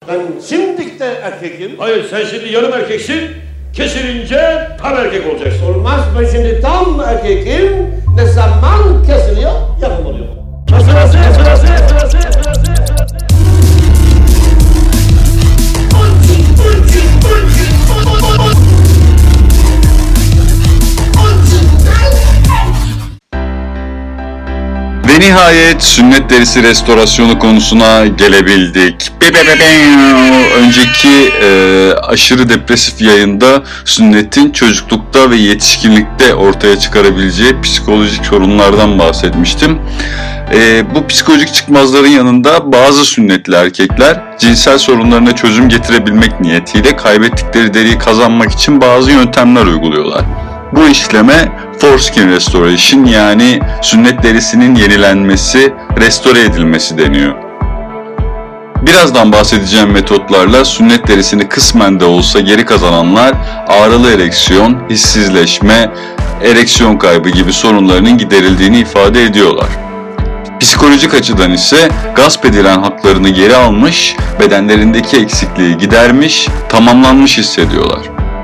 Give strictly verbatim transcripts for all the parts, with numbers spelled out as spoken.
Ben şimdilik de erkekim. Hayır, sen şimdi yarım erkeksin, kesilince tam erkek olacaksın. Olmaz, ben şimdi tam erkekim. Ne zaman kesiliyor, yarım oluyor. Sırası, sırası, sırası, sırası. Ve nihayet sünnet derisi restorasyonu konusuna gelebildik. Önceki e, aşırı depresif yayında sünnetin çocuklukta ve yetişkinlikte ortaya çıkarabileceği psikolojik sorunlardan bahsetmiştim. E, bu psikolojik çıkmazların yanında bazı sünnetli erkekler cinsel sorunlarına çözüm getirebilmek niyetiyle kaybettikleri deriyi kazanmak için bazı yöntemler uyguluyorlar. Bu işleme foreskin restoration, yani sünnet derisinin yenilenmesi, restore edilmesi deniyor. Birazdan bahsedeceğim metotlarla sünnet derisini kısmen de olsa geri kazananlar ağrılı ereksiyon, hissizleşme, ereksiyon kaybı gibi sorunlarının giderildiğini ifade ediyorlar. Psikolojik açıdan ise gasp edilen haklarını geri almış, bedenlerindeki eksikliği gidermiş, tamamlanmış hissediyorlar.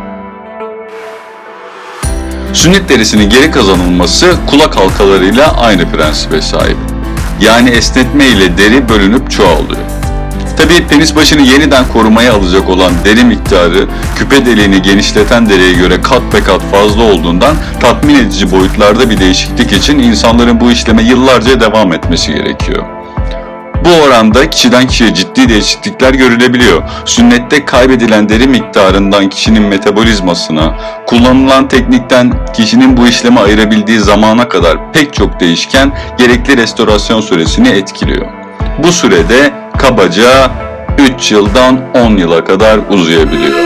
Sünnet derisinin geri kazanılması kulak halkalarıyla aynı prensibe sahip. Yani esnetme ile deri bölünüp çoğalıyor. Tabii penis başını yeniden korumaya alacak olan deri miktarı küpe deliğini genişleten deriye göre kat be kat fazla olduğundan tatmin edici boyutlarda bir değişiklik için insanların bu işleme yıllarca devam etmesi gerekiyor. Bu oranda kişiden kişiye ciddi değişiklikler görülebiliyor. Sünnette kaybedilen deri miktarından kişinin metabolizmasına, kullanılan teknikten kişinin bu işlemi ayırabildiği zamana kadar pek çok değişken gerekli restorasyon süresini etkiliyor. Bu sürede kabaca üç yıldan on yıla kadar uzayabiliyor.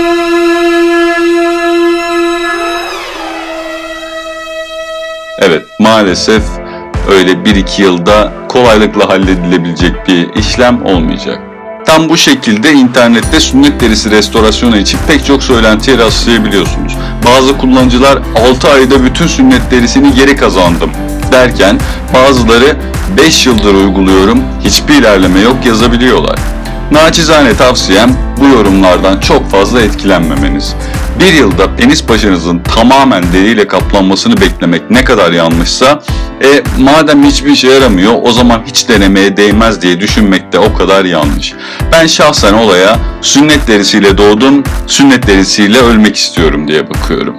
Evet, maalesef öyle bir iki yılda kolaylıkla halledilebilecek bir işlem olmayacak. Tam bu şekilde internette sünnet derisi restorasyonu için pek çok söylentiye rastlayabiliyorsunuz. Bazı kullanıcılar altı ayda bütün sünnet derisini geri kazandım derken bazıları beş yıldır uyguluyorum, hiçbir ilerleme yok yazabiliyorlar. Naçizane tavsiyem bu yorumlardan çok fazla etkilenmemeniz. Bir yılda penis başınızın tamamen deriyle kaplanmasını beklemek ne kadar yanlışsa, e madem hiçbir işe yaramıyor o zaman hiç denemeye değmez diye düşünmek de o kadar yanlış. Ben şahsen olaya sünnet derisiyle doğdum, sünnet derisiyle ölmek istiyorum diye bakıyorum.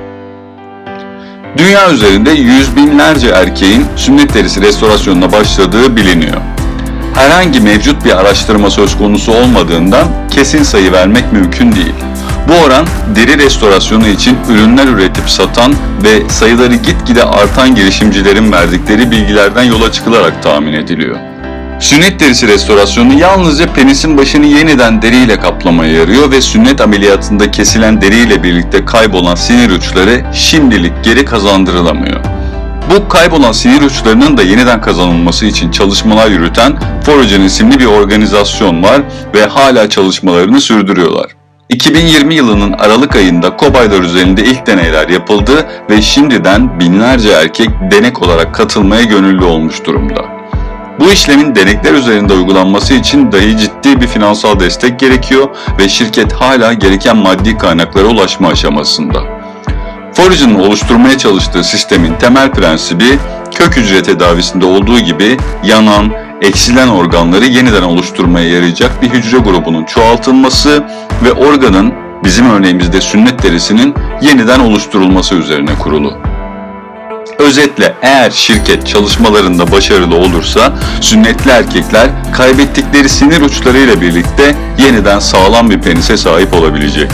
Dünya üzerinde yüz binlerce erkeğin sünnet derisi restorasyonuna başladığı biliniyor. Herhangi mevcut bir araştırma söz konusu olmadığından kesin sayı vermek mümkün değil. Bu oran deri restorasyonu için ürünler üretip satan ve sayıları gitgide artan girişimcilerin verdikleri bilgilerden yola çıkılarak tahmin ediliyor. Sünnet derisi restorasyonu yalnızca penisin başını yeniden deriyle kaplamaya yarıyor ve sünnet ameliyatında kesilen deriyle birlikte kaybolan sinir uçları şimdilik geri kazandırılamıyor. Bu kaybolan sinir uçlarının da yeniden kazanılması için çalışmalar yürüten Foragen isimli bir organizasyon var ve hala çalışmalarını sürdürüyorlar. iki bin yirmi yılının Aralık ayında kobaylar üzerinde ilk deneyler yapıldı ve şimdiden binlerce erkek denek olarak katılmaya gönüllü olmuş durumda. Bu işlemin denekler üzerinde uygulanması için dahi ciddi bir finansal destek gerekiyor ve şirket hala gereken maddi kaynaklara ulaşma aşamasında. Foragen'ın oluşturmaya çalıştığı sistemin temel prensibi, kök hücre tedavisinde olduğu gibi yanan, eksilen organları yeniden oluşturmaya yarayacak bir hücre grubunun çoğaltılması ve organın, bizim örneğimizde sünnet derisinin yeniden oluşturulması üzerine kurulu. Özetle eğer şirket çalışmalarında başarılı olursa sünnetli erkekler kaybettikleri sinir uçlarıyla birlikte yeniden sağlam bir penise sahip olabilecek.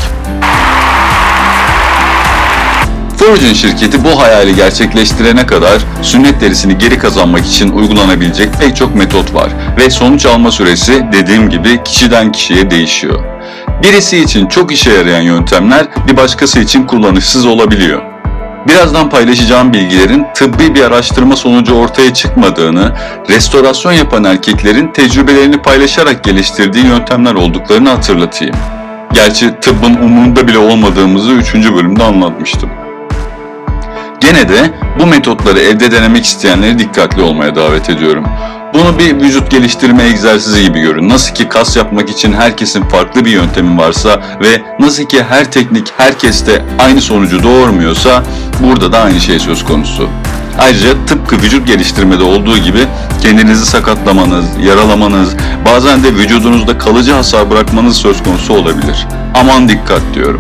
Foragen şirketi bu hayali gerçekleştirene kadar sünnet derisini geri kazanmak için uygulanabilecek pek çok metot var ve sonuç alma süresi dediğim gibi kişiden kişiye değişiyor. Birisi için çok işe yarayan yöntemler bir başkası için kullanışsız olabiliyor. Birazdan paylaşacağım bilgilerin tıbbi bir araştırma sonucu ortaya çıkmadığını, restorasyon yapan erkeklerin tecrübelerini paylaşarak geliştirdiği yöntemler olduklarını hatırlatayım. Gerçi tıbbın umurunda bile olmadığımızı üçüncü bölümde anlatmıştım. Gene de bu metotları evde denemek isteyenleri dikkatli olmaya davet ediyorum. Bunu Bunu bir vücut geliştirme egzersizi gibi görün. Nasıl ki kas yapmak için herkesin farklı bir yöntemi varsa ve nasıl ki her teknik herkeste aynı sonucu doğurmuyorsa burada da aynı şey söz konusu. Ayrıca tıpkı vücut geliştirmede olduğu gibi kendinizi sakatlamanız, yaralamanız, bazen de vücudunuzda kalıcı hasar bırakmanız söz konusu olabilir. Aman dikkat diyorum.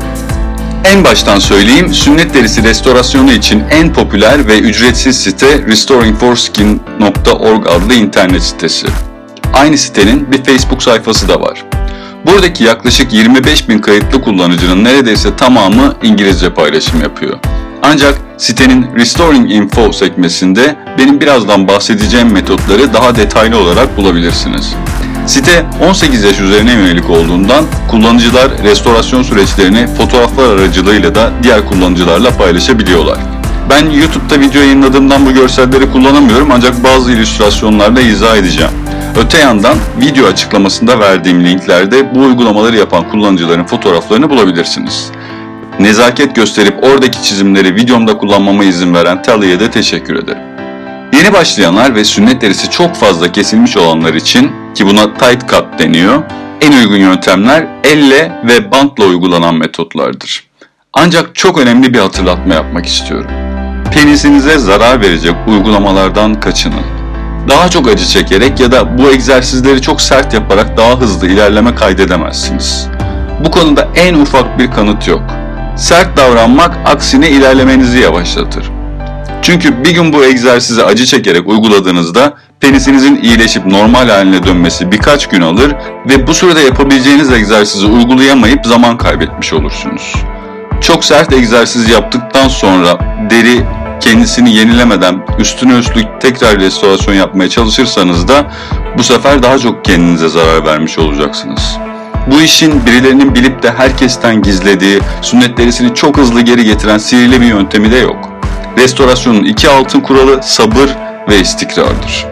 En baştan söyleyeyim, sünnet derisi restorasyonu için en popüler ve ücretsiz site restoring for skin nokta org adlı internet sitesi. Aynı sitenin bir Facebook sayfası da var. Buradaki yaklaşık yirmi beş bin kayıtlı kullanıcının neredeyse tamamı İngilizce paylaşım yapıyor. Ancak sitenin Restoring Info sekmesinde benim birazdan bahsedeceğim metotları daha detaylı olarak bulabilirsiniz. Site on sekiz yaş üzerine yönelik olduğundan kullanıcılar restorasyon süreçlerini fotoğraflar aracılığıyla da diğer kullanıcılarla paylaşabiliyorlar. Ben YouTube'da video yayınladığımdan bu görselleri kullanamıyorum ancak bazı illüstrasyonlarla izah edeceğim. Öte yandan video açıklamasında verdiğim linklerde bu uygulamaları yapan kullanıcıların fotoğraflarını bulabilirsiniz. Nezaket gösterip oradaki çizimleri videomda kullanmama izin veren Tally'e de teşekkür ederim. Yeni başlayanlar ve sünnet derisi çok fazla kesilmiş olanlar için, ki buna tight cut deniyor, en uygun yöntemler elle ve bantla uygulanan metotlardır. Ancak çok önemli bir hatırlatma yapmak istiyorum. Penisinize zarar verecek uygulamalardan kaçının. Daha çok acı çekerek ya da bu egzersizleri çok sert yaparak daha hızlı ilerleme kaydedemezsiniz. Bu konuda en ufak bir kanıt yok. Sert davranmak aksine ilerlemenizi yavaşlatır. Çünkü bir gün bu egzersizi acı çekerek uyguladığınızda penisinizin iyileşip normal haline dönmesi birkaç gün alır ve bu sürede yapabileceğiniz egzersizi uygulayamayıp zaman kaybetmiş olursunuz. Çok sert egzersiz yaptıktan sonra deri kendisini yenilemeden üstüne üstlük tekrar restorasyon yapmaya çalışırsanız da bu sefer daha çok kendinize zarar vermiş olacaksınız. Bu işin birilerinin bilip de herkesten gizlediği, sünnet derisini çok hızlı geri getiren sihirli bir yöntemi de yok. Restorasyonun iki altın kuralı sabır ve istikrardır.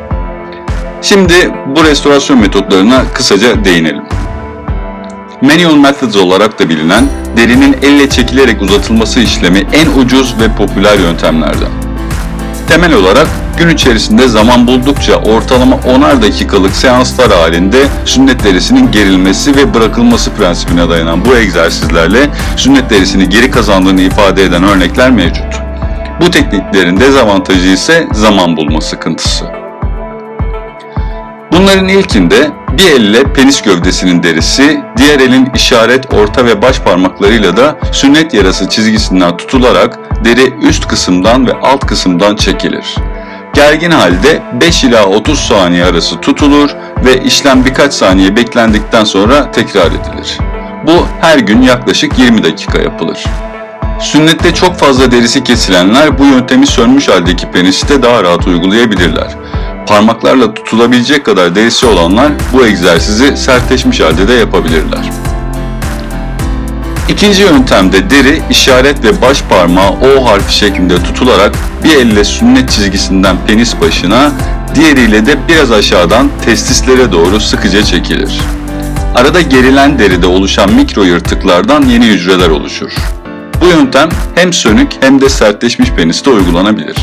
Şimdi bu restorasyon metotlarına kısaca değinelim. Manual methods olarak da bilinen derinin elle çekilerek uzatılması işlemi en ucuz ve popüler yöntemlerden. Temel olarak gün içerisinde zaman buldukça ortalama onar dakikalık seanslar halinde sünnet derisinin gerilmesi ve bırakılması prensibine dayanan bu egzersizlerle sünnet derisini geri kazandığını ifade eden örnekler mevcut. Bu tekniklerin dezavantajı ise zaman bulma sıkıntısı. Bunların ilkinde bir elle penis gövdesinin derisi, diğer elin işaret, orta ve baş parmaklarıyla da sünnet yarası çizgisinden tutularak deri üst kısımdan ve alt kısımdan çekilir. Gergin halde beş ila otuz saniye arası tutulur ve işlem birkaç saniye beklendikten sonra tekrar edilir. Bu her gün yaklaşık yirmi dakika yapılır. Sünnette çok fazla derisi kesilenler bu yöntemi sönmüş haldeki peniste daha rahat uygulayabilirler. Parmaklarla tutulabilecek kadar derisi olanlar bu egzersizi sertleşmiş halde de yapabilirler. İkinci yöntemde deri işaret ve baş parmağı O harfi şeklinde tutularak bir elle sünnet çizgisinden penis başına, diğeriyle de biraz aşağıdan testislere doğru sıkıca çekilir. Arada gerilen deride oluşan mikro yırtıklardan yeni hücreler oluşur. Bu yöntem hem sönük hem de sertleşmiş peniste uygulanabilir.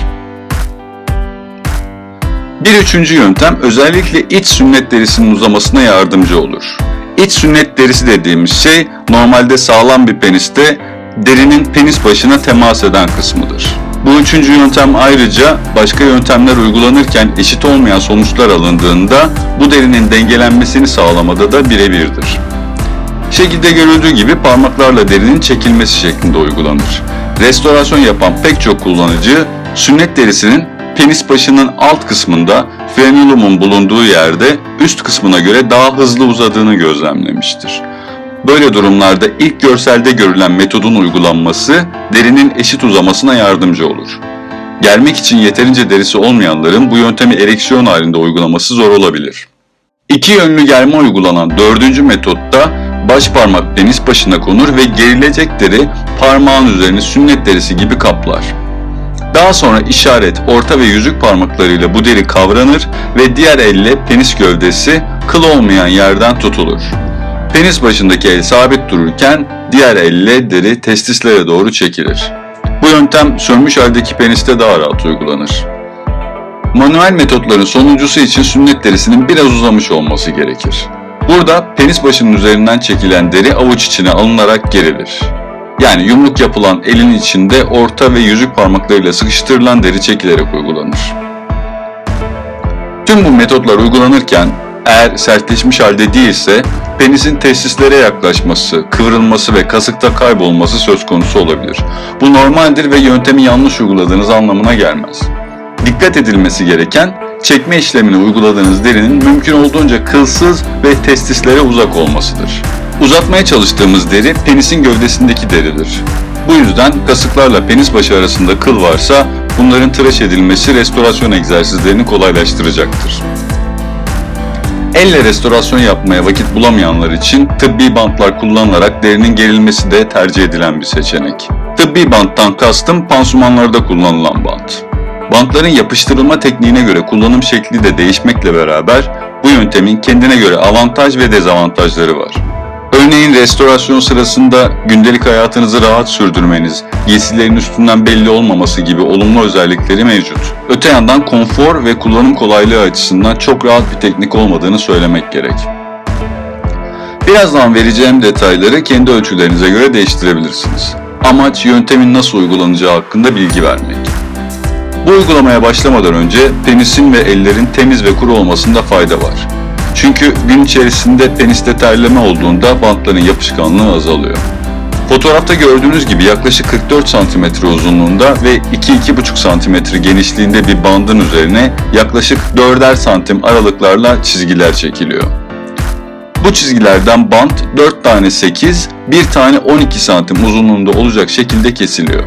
Bir üçüncü yöntem özellikle iç sünnet derisinin uzamasına yardımcı olur. İç sünnet derisi dediğimiz şey normalde sağlam bir peniste derinin penis başına temas eden kısmıdır. Bu üçüncü yöntem ayrıca başka yöntemler uygulanırken eşit olmayan sonuçlar alındığında bu derinin dengelenmesini sağlamada da birebirdir. Şekilde görüldüğü gibi parmaklarla derinin çekilmesi şeklinde uygulanır. Restorasyon yapan pek çok kullanıcı sünnet derisinin penis başının alt kısmında frenulumun bulunduğu yerde üst kısmına göre daha hızlı uzadığını gözlemlemiştir. Böyle durumlarda ilk görselde görülen metodun uygulanması derinin eşit uzamasına yardımcı olur. Germek için yeterince derisi olmayanların bu yöntemi ereksiyon halinde uygulaması zor olabilir. İki yönlü germe uygulanan dördüncü metotta baş parmak penis başına konur ve gerilecek deri parmağın üzerini sünnet derisi gibi kaplar. Daha sonra işaret, orta ve yüzük parmaklarıyla bu deri kavranır ve diğer elle penis gövdesi kıl olmayan yerden tutulur. Penis başındaki el sabit dururken diğer elle deri testislere doğru çekilir. Bu yöntem sönmüş haldeki peniste daha rahat uygulanır. Manuel metotların sonuncusu için sünnet derisinin biraz uzamış olması gerekir. Burada penis başının üzerinden çekilen deri avuç içine alınarak gerilir. Yani yumruk yapılan elin içinde orta ve yüzük parmaklarıyla sıkıştırılan deri çekilerek uygulanır. Tüm bu metotlar uygulanırken eğer sertleşmiş halde değilse penisin testislere yaklaşması, kıvrılması ve kasıkta kaybolması söz konusu olabilir. Bu normaldir ve yöntemi yanlış uyguladığınız anlamına gelmez. Dikkat edilmesi gereken, çekme işlemini uyguladığınız derinin mümkün olduğunca kılsız ve testislere uzak olmasıdır. Uzatmaya çalıştığımız deri penisin gövdesindeki deridir. Bu yüzden kasıklarla penis başı arasında kıl varsa bunların tıraş edilmesi restorasyon egzersizlerini kolaylaştıracaktır. Elle restorasyon yapmaya vakit bulamayanlar için tıbbi bantlar kullanılarak derinin gerilmesi de tercih edilen bir seçenek. Tıbbi banttan kastım pansumanlarda kullanılan bant. Bantların yapıştırılma tekniğine göre kullanım şekli de değişmekle beraber bu yöntemin kendine göre avantaj ve dezavantajları var. Örneğin restorasyon sırasında gündelik hayatınızı rahat sürdürmeniz, giysilerin üstünden belli olmaması gibi olumlu özellikleri mevcut. Öte yandan konfor ve kullanım kolaylığı açısından çok rahat bir teknik olmadığını söylemek gerek. Birazdan vereceğim detayları kendi ölçülerinize göre değiştirebilirsiniz. Amaç yöntemin nasıl uygulanacağı hakkında bilgi vermek. Bu uygulamaya başlamadan önce penisin ve ellerin temiz ve kuru olmasında fayda var. Çünkü gün içerisinde peniste terleme olduğunda bantların yapışkanlığı azalıyor. Fotoğrafta gördüğünüz gibi yaklaşık kırk dört santimetre uzunluğunda ve iki iki buçuk santimetre genişliğinde bir bandın üzerine yaklaşık dörder santim aralıklarla çizgiler çekiliyor. Bu çizgilerden bant dört tane sekiz, bir tane on iki santim uzunluğunda olacak şekilde kesiliyor.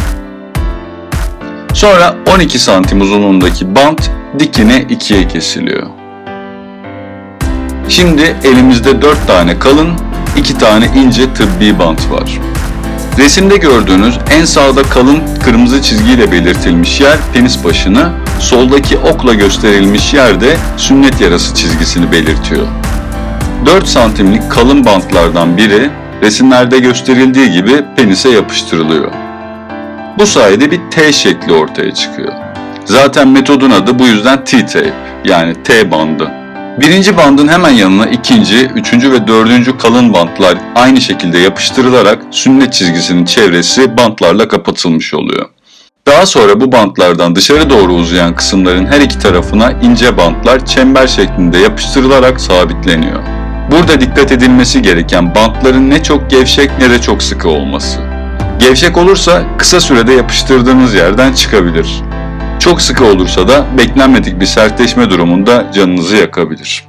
Sonra on iki santim uzunluğundaki bant dikine ikiye kesiliyor. Şimdi elimizde dört tane kalın, iki tane ince tıbbi bant var. Resimde gördüğünüz en sağda kalın kırmızı çizgiyle belirtilmiş yer penis başını, soldaki okla gösterilmiş yer de sünnet yarası çizgisini belirtiyor. dört santimlik kalın bantlardan biri resimlerde gösterildiği gibi penise yapıştırılıyor. Bu sayede bir T şekli ortaya çıkıyor. Zaten metodun adı bu yüzden T-tape yani T bandı. Birinci bandın hemen yanına ikinci, üçüncü ve dördüncü kalın bantlar aynı şekilde yapıştırılarak sünnet çizgisinin çevresi bantlarla kapatılmış oluyor. Daha sonra bu bantlardan dışarı doğru uzayan kısımların her iki tarafına ince bantlar çember şeklinde yapıştırılarak sabitleniyor. Burada dikkat edilmesi gereken bantların ne çok gevşek ne de çok sıkı olması. Gevşek olursa kısa sürede yapıştırdığınız yerden çıkabilir. Çok sıkı olursa da beklenmedik bir sertleşme durumunda canınızı yakabilir.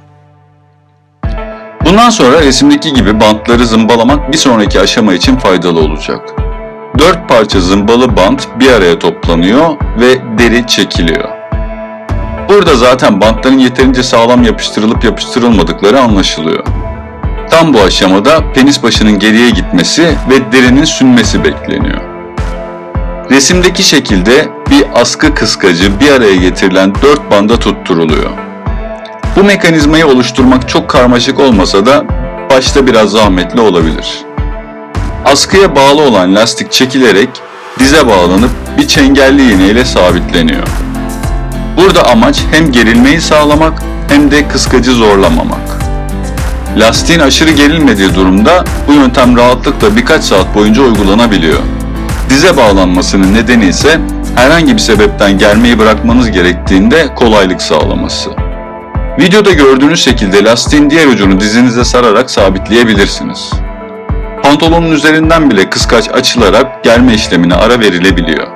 Bundan sonra resimdeki gibi bantları zımbalamak bir sonraki aşama için faydalı olacak. Dört parça zımbalı bant bir araya toplanıyor ve deri çekiliyor. Burada zaten bantların yeterince sağlam yapıştırılıp yapıştırılmadıkları anlaşılıyor. Tam bu aşamada penis başının geriye gitmesi ve derinin sünmesi bekleniyor. Resimdeki şekilde bir askı kıskacı bir araya getirilen dört banda tutturuluyor. Bu mekanizmayı oluşturmak çok karmaşık olmasa da başta biraz zahmetli olabilir. Askıya bağlı olan lastik çekilerek dize bağlanıp bir çengelli iğne ile sabitleniyor. Burada amaç hem gerilmeyi sağlamak hem de kıskacı zorlamamak. Lastiğin aşırı gerilmediği durumda bu yöntem rahatlıkla birkaç saat boyunca uygulanabiliyor. Dize bağlanmasının nedeni ise herhangi bir sebepten germeyi bırakmanız gerektiğinde kolaylık sağlaması. Videoda gördüğünüz şekilde lastiğin diğer ucunu dizinize sararak sabitleyebilirsiniz. Pantolonun üzerinden bile kıskaç açılarak germe işlemine ara verilebiliyor.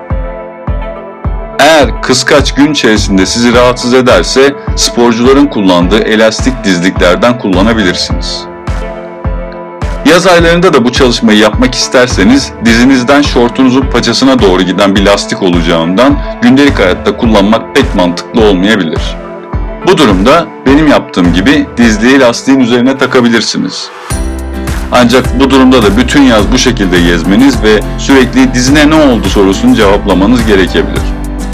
Eğer kıskaç gün içerisinde sizi rahatsız ederse sporcuların kullandığı elastik dizliklerden kullanabilirsiniz. Yaz aylarında da bu çalışmayı yapmak isterseniz dizinizden şortunuzun paçasına doğru giden bir lastik olacağından gündelik hayatta kullanmak pek mantıklı olmayabilir. Bu durumda benim yaptığım gibi dizliği lastiğin üzerine takabilirsiniz. Ancak bu durumda da bütün yaz bu şekilde gezmeniz ve sürekli dizine ne oldu sorusunu cevaplamanız gerekebilir.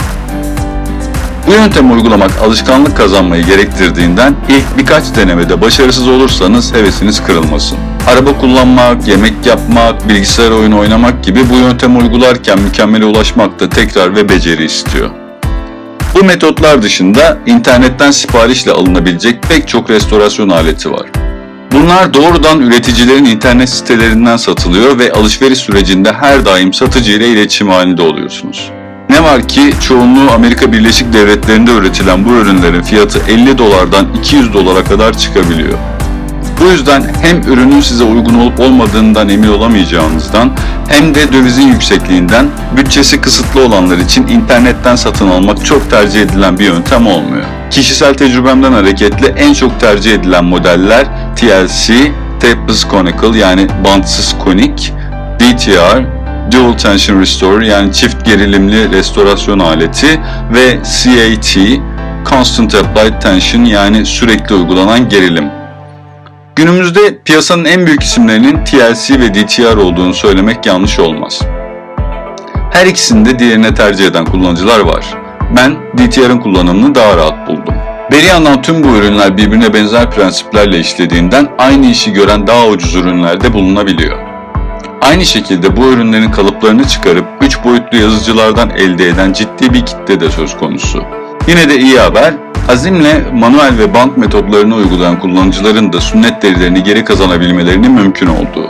Bu yöntemi uygulamak alışkanlık kazanmayı gerektirdiğinden ilk birkaç denemede başarısız olursanız hevesiniz kırılmasın. Araba kullanmak, yemek yapmak, bilgisayar oyunu oynamak gibi bu yöntemi uygularken mükemmele ulaşmak da tekrar ve beceri istiyor. Bu metotlar dışında internetten siparişle alınabilecek pek çok restorasyon aleti var. Bunlar doğrudan üreticilerin internet sitelerinden satılıyor ve alışveriş sürecinde her daim satıcı ile iletişim halinde oluyorsunuz. Ne var ki çoğunluğu Amerika Birleşik Devletleri'nde üretilen bu ürünlerin fiyatı elli dolardan iki yüz dolara kadar çıkabiliyor. Bu yüzden hem ürünün size uygun olup olmadığından emin olamayacağınızdan hem de dövizin yüksekliğinden bütçesi kısıtlı olanlar için internetten satın almak çok tercih edilen bir yöntem olmuyor. Kişisel tecrübemden hareketle en çok tercih edilen modeller T L C, Tapered Conical yani bantsız konik, D T R, Dual Tension Restorer yani çift gerilimli restorasyon aleti ve C A T, Constant Applied Tension yani sürekli uygulanan gerilim. Günümüzde piyasanın en büyük isimlerinin T L C ve D T R olduğunu söylemek yanlış olmaz. Her ikisini de diğerine tercih eden kullanıcılar var. Ben D T R'ın kullanımını daha rahat buldum. Bir yandan tüm bu ürünler birbirine benzer prensiplerle işlediğinden aynı işi gören daha ucuz ürünlerde bulunabiliyor. Aynı şekilde bu ürünlerin kalıplarını çıkarıp üç boyutlu yazıcılardan elde eden ciddi bir kitle de söz konusu. Yine de iyi haber, azimle manuel ve bant metodlarını uygulayan kullanıcıların da sünnet derilerini geri kazanabilmelerinin mümkün olduğu.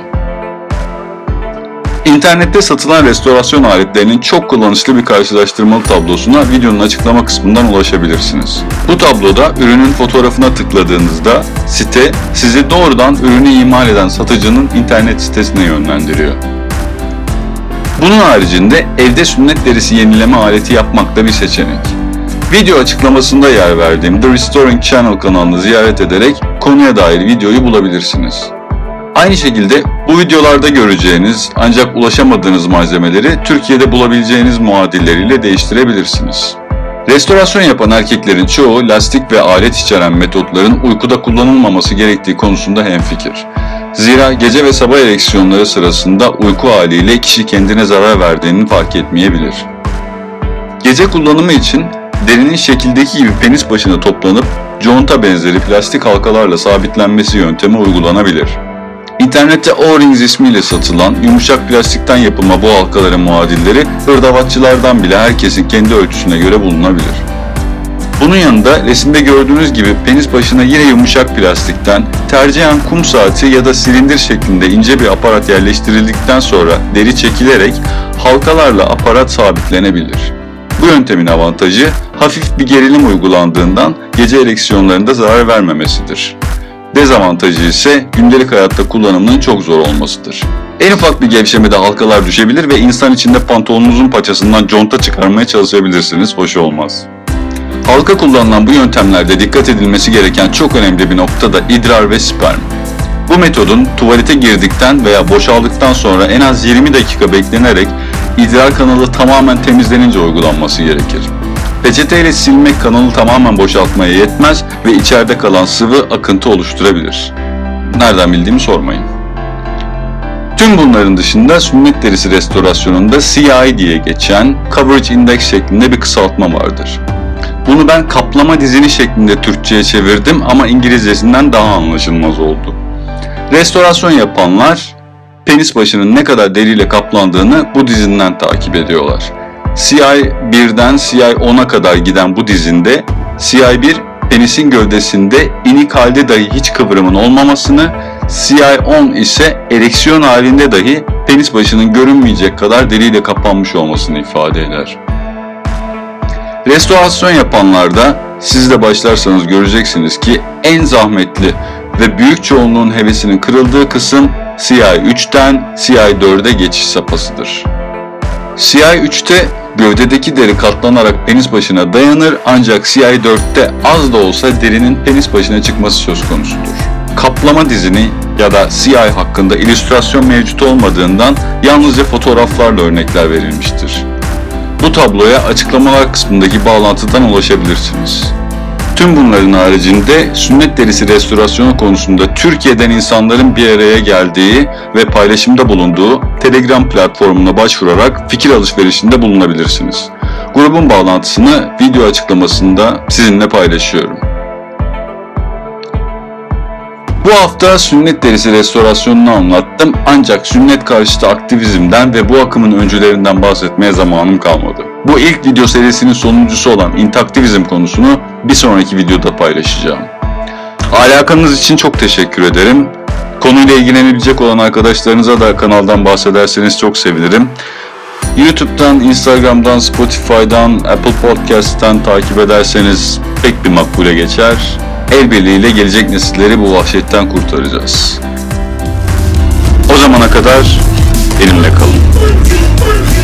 İnternette satılan restorasyon aletlerinin çok kullanışlı bir karşılaştırmalı tablosuna videonun açıklama kısmından ulaşabilirsiniz. Bu tabloda ürünün fotoğrafına tıkladığınızda site sizi doğrudan ürünü imal eden satıcının internet sitesine yönlendiriyor. Bunun haricinde evde sünnet derisi yenileme aleti yapmak da bir seçenek. Video açıklamasında yer verdiğim The Restoring Channel kanalını ziyaret ederek konuya dair videoyu bulabilirsiniz. Aynı şekilde bu videolarda göreceğiniz ancak ulaşamadığınız malzemeleri Türkiye'de bulabileceğiniz muadilleriyle değiştirebilirsiniz. Restorasyon yapan erkeklerin çoğu lastik ve alet içeren metotların uykuda kullanılmaması gerektiği konusunda hemfikir. Zira gece ve sabah ereksiyonları sırasında uyku haliyle kişi kendine zarar verdiğini fark etmeyebilir. Gece kullanımı için derinin şekildeki gibi penis başına toplanıp conta benzeri plastik halkalarla sabitlenmesi yöntemi uygulanabilir. İnternette O-Rings ismiyle satılan yumuşak plastikten yapılma bu halkaların muadilleri hırdavatçılardan bile herkesin kendi ölçüsüne göre bulunabilir. Bunun yanında resimde gördüğünüz gibi penis başına yine yumuşak plastikten, tercihen kum saati ya da silindir şeklinde ince bir aparat yerleştirildikten sonra deri çekilerek halkalarla aparat sabitlenebilir. Bu yöntemin avantajı hafif bir gerilim uygulandığından gece ereksiyonlarında zarar vermemesidir. Dezavantajı ise gündelik hayatta kullanımının çok zor olmasıdır. En ufak bir gevşemede halkalar düşebilir ve insan içinde pantolonunuzun paçasından conta çıkarmaya çalışabilirsiniz, hoş olmaz. Halka kullanılan bu yöntemlerde dikkat edilmesi gereken çok önemli bir nokta da idrar ve sperm. Bu metodun tuvalete girdikten veya boşaldıktan sonra en az yirmi dakika beklenerek idrar kanalı tamamen temizlenince uygulanması gerekir. Peçeteyle silmek kanalı tamamen boşaltmaya yetmez ve içeride kalan sıvı akıntı oluşturabilir. Nereden bildiğimi sormayın. Tüm bunların dışında sünnet derisi restorasyonunda C I diye geçen Coverage Index şeklinde bir kısaltma vardır. Bunu ben kaplama dizini şeklinde Türkçe'ye çevirdim ama İngilizcesinden daha anlaşılmaz oldu. Restorasyon yapanlar penis başının ne kadar deriyle kaplandığını bu dizinden takip ediyorlar. C I birden C I ona kadar giden bu dizinde C I bir penisin gövdesinde inik halde dahi hiç kıvrımın olmamasını, C I on ise ereksiyon halinde dahi penis başının görünmeyecek kadar deriyle kapanmış olmasını ifade eder. Restorasyon yapanlarda siz de başlarsanız göreceksiniz ki en zahmetli ve büyük çoğunluğun hevesinin kırıldığı kısım C I üçten C I dörde geçiş safhasıdır. C I üçte gövdedeki deri katlanarak penis başına dayanır ancak C I dörtte az da olsa derinin penis başına çıkması söz konusudur. Kaplama dizini ya da C I hakkında illüstrasyon mevcut olmadığından yalnızca fotoğraflarla örnekler verilmiştir. Bu tabloya açıklamalar kısmındaki bağlantıdan ulaşabilirsiniz. Tüm bunların haricinde sünnet derisi restorasyonu konusunda Türkiye'den insanların bir araya geldiği ve paylaşımda bulunduğu Telegram platformuna başvurarak fikir alışverişinde bulunabilirsiniz. Grubun bağlantısını video açıklamasında sizinle paylaşıyorum. Bu hafta sünnet derisi restorasyonunu anlattım ancak sünnet karşıtı aktivizmden ve bu akımın öncülerinden bahsetmeye zamanım kalmadı. Bu ilk video serisinin sonuncusu olan intaktivizm konusunu bir sonraki videoda paylaşacağım. Alakanız için çok teşekkür ederim. Konuyla ilgilenebilecek olan arkadaşlarınıza da kanaldan bahsederseniz çok sevinirim. YouTube'dan, Instagram'dan, Spotify'dan, Apple Podcast'tan takip ederseniz pek bir makbule geçer. El birliğiyle gelecek nesilleri bu vahşetten kurtaracağız. O zamana kadar benimle kalın.